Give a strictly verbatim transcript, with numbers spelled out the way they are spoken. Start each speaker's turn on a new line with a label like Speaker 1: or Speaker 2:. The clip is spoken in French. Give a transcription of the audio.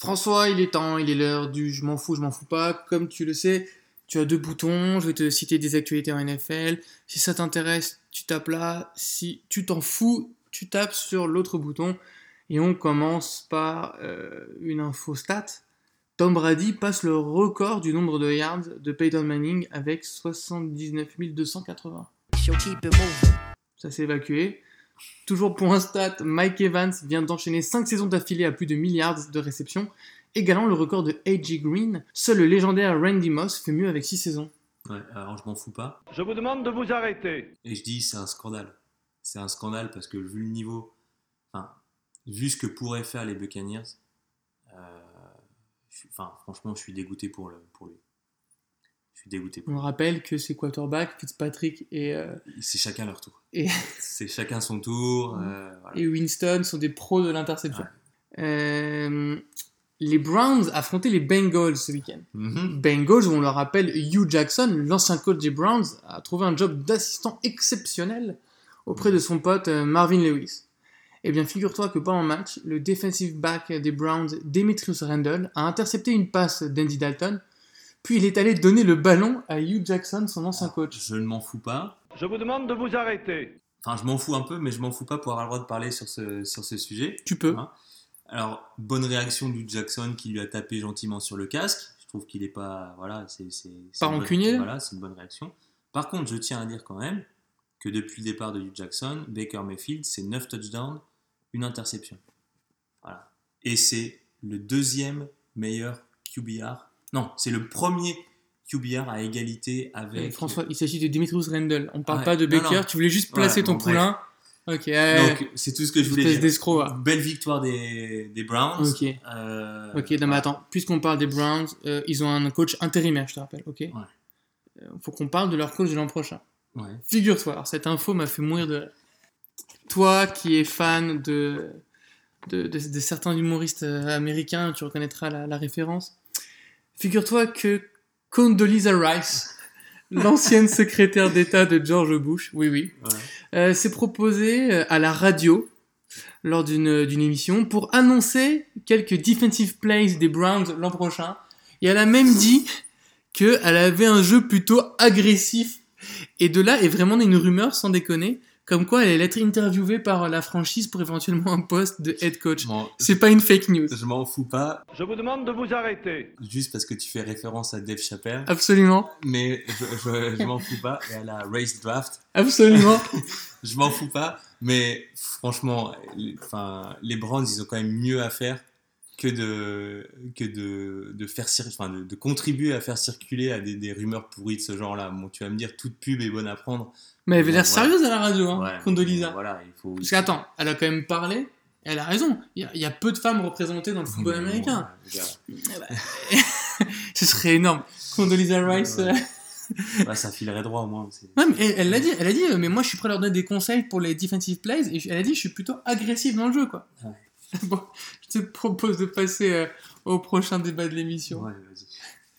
Speaker 1: François, il est temps, il est l'heure du je m'en fous, je m'en fous pas. Comme tu le sais, tu as deux boutons. Je vais te citer des actualités en N F L. Si ça t'intéresse, tu tapes là. Si tu t'en fous, tu tapes sur l'autre bouton. Et on commence par euh, une info stat. Tom Brady passe le record du nombre de yards de Peyton Manning avec soixante-dix-neuf mille deux cent quatre-vingts. Ça s'est évacué. Toujours pour un stat, Mike Evans vient d'enchaîner cinq saisons d'affilée à plus de mille yards de réception, égalant le record de A J Green. Seul le légendaire Randy Moss fait mieux avec six saisons.
Speaker 2: Ouais, alors je m'en fous pas.
Speaker 3: Je vous demande de vous arrêter.
Speaker 2: Et je dis c'est un scandale. C'est un scandale parce que vu le niveau, enfin, vu ce que pourraient faire les Buccaneers, euh, je, enfin, franchement, je suis dégoûté pour, le, pour lui. Je suis dégoûté. Pour
Speaker 1: On rappelle que c'est quarterback, Fitzpatrick et... Euh,
Speaker 2: c'est chacun leur tour.
Speaker 1: Et...
Speaker 2: c'est chacun son tour. Euh, voilà.
Speaker 1: Et Winston sont des pros de l'interception. Ouais. Euh, les Browns affrontaient les Bengals ce week-end. Mm-hmm. Bengals, où on le rappelle, Hugh Jackson, l'ancien coach des Browns, a trouvé un job d'assistant exceptionnel auprès de son pote Marvin Lewis. Eh bien, figure-toi que pendant le match, le defensive back des Browns, Demetrius Randle, a intercepté une passe d'Andy Dalton. Puis il est allé donner le ballon à Hugh Jackson, son ancien coach.
Speaker 2: Je ne m'en fous pas.
Speaker 3: Je vous demande de vous arrêter.
Speaker 2: Enfin, je m'en fous un peu, mais je m'en fous pas pour avoir le droit de parler sur ce, sur ce sujet.
Speaker 1: Tu peux.
Speaker 2: Hein. Alors, bonne réaction d'Hugh Jackson qui lui a tapé gentiment sur le casque. Je trouve qu'il n'est pas... Voilà, c'est, c'est, c'est
Speaker 1: pas rancunier.
Speaker 2: Voilà, c'est une bonne réaction. Par contre, je tiens à dire quand même que depuis le départ de Hugh Jackson, Baker Mayfield, c'est neuf touchdowns, une interception. Voilà. Et c'est le deuxième meilleur Q B R. Non, c'est le premier Q B R à égalité avec...
Speaker 1: Et François, il s'agit de Demetrius Randle. On ne parle
Speaker 2: ouais,
Speaker 1: pas de Baker. Non, non. Tu voulais juste placer ouais, ton bon, poulain. Ok. Euh,
Speaker 2: Donc, c'est tout ce que je voulais dire.
Speaker 1: D'escroc, ouais.
Speaker 2: Belle victoire des, des Browns.
Speaker 1: Ok. Euh, ok, non, mais attends. Puisqu'on parle des Browns, euh, ils ont un coach intérimaire, je te rappelle. Ok. Il ouais. euh, faut qu'on parle de leur coach de l'an prochain.
Speaker 2: Ouais.
Speaker 1: Figure-toi, alors cette info m'a fait mourir de... Toi qui es fan de, de, de, de certains humoristes américains, tu reconnaîtras la, la référence. Figure-toi que Condoleezza Rice, l'ancienne secrétaire d'État de George Bush, oui, oui, ouais. euh, s'est proposée à la radio lors d'une, d'une émission pour annoncer quelques defensive plays des Browns l'an prochain. Et elle a même dit qu'elle avait un jeu plutôt agressif. Et de là est vraiment une rumeur, sans déconner, comme quoi elle allait être interviewée par la franchise pour éventuellement un poste de head coach. Bon, c'est pas une fake news.
Speaker 2: Je m'en fous pas.
Speaker 3: Je vous demande de vous arrêter.
Speaker 2: Juste parce que tu fais référence à Dave Chappelle.
Speaker 1: Absolument.
Speaker 2: Mais je, je, je m'en fous pas. Et à la race draft.
Speaker 1: Absolument.
Speaker 2: Je m'en fous pas. Mais franchement, les, enfin, les Browns, ils ont quand même mieux à faire que de, que de, de, faire cir- enfin, de, de contribuer à faire circuler à des, des rumeurs pourries de ce genre-là. Bon, tu vas me dire, toute pub est bonne à prendre.
Speaker 1: Mais elle avait l'air
Speaker 2: bon,
Speaker 1: sérieuse
Speaker 2: voilà.
Speaker 1: à la radio, hein,
Speaker 2: ouais,
Speaker 1: Condoleezza.
Speaker 2: Voilà, il faut...
Speaker 1: Parce qu'attends, elle a quand même parlé, et elle a raison. Il y, y a peu de femmes représentées dans le football bon, américain. Ouais, ce serait énorme. Condoleezza Rice...
Speaker 2: Ouais. Bah, ça filerait droit au moins. C'est...
Speaker 1: Ouais, mais elle, elle l'a dit, elle a dit, mais moi je suis prêt à leur donner des conseils pour les defensive plays, et elle a dit, je suis plutôt agressif dans le jeu, quoi.
Speaker 2: Ouais.
Speaker 1: Bon, je te propose de passer euh, au prochain débat de l'émission.
Speaker 2: Ouais, vas-y.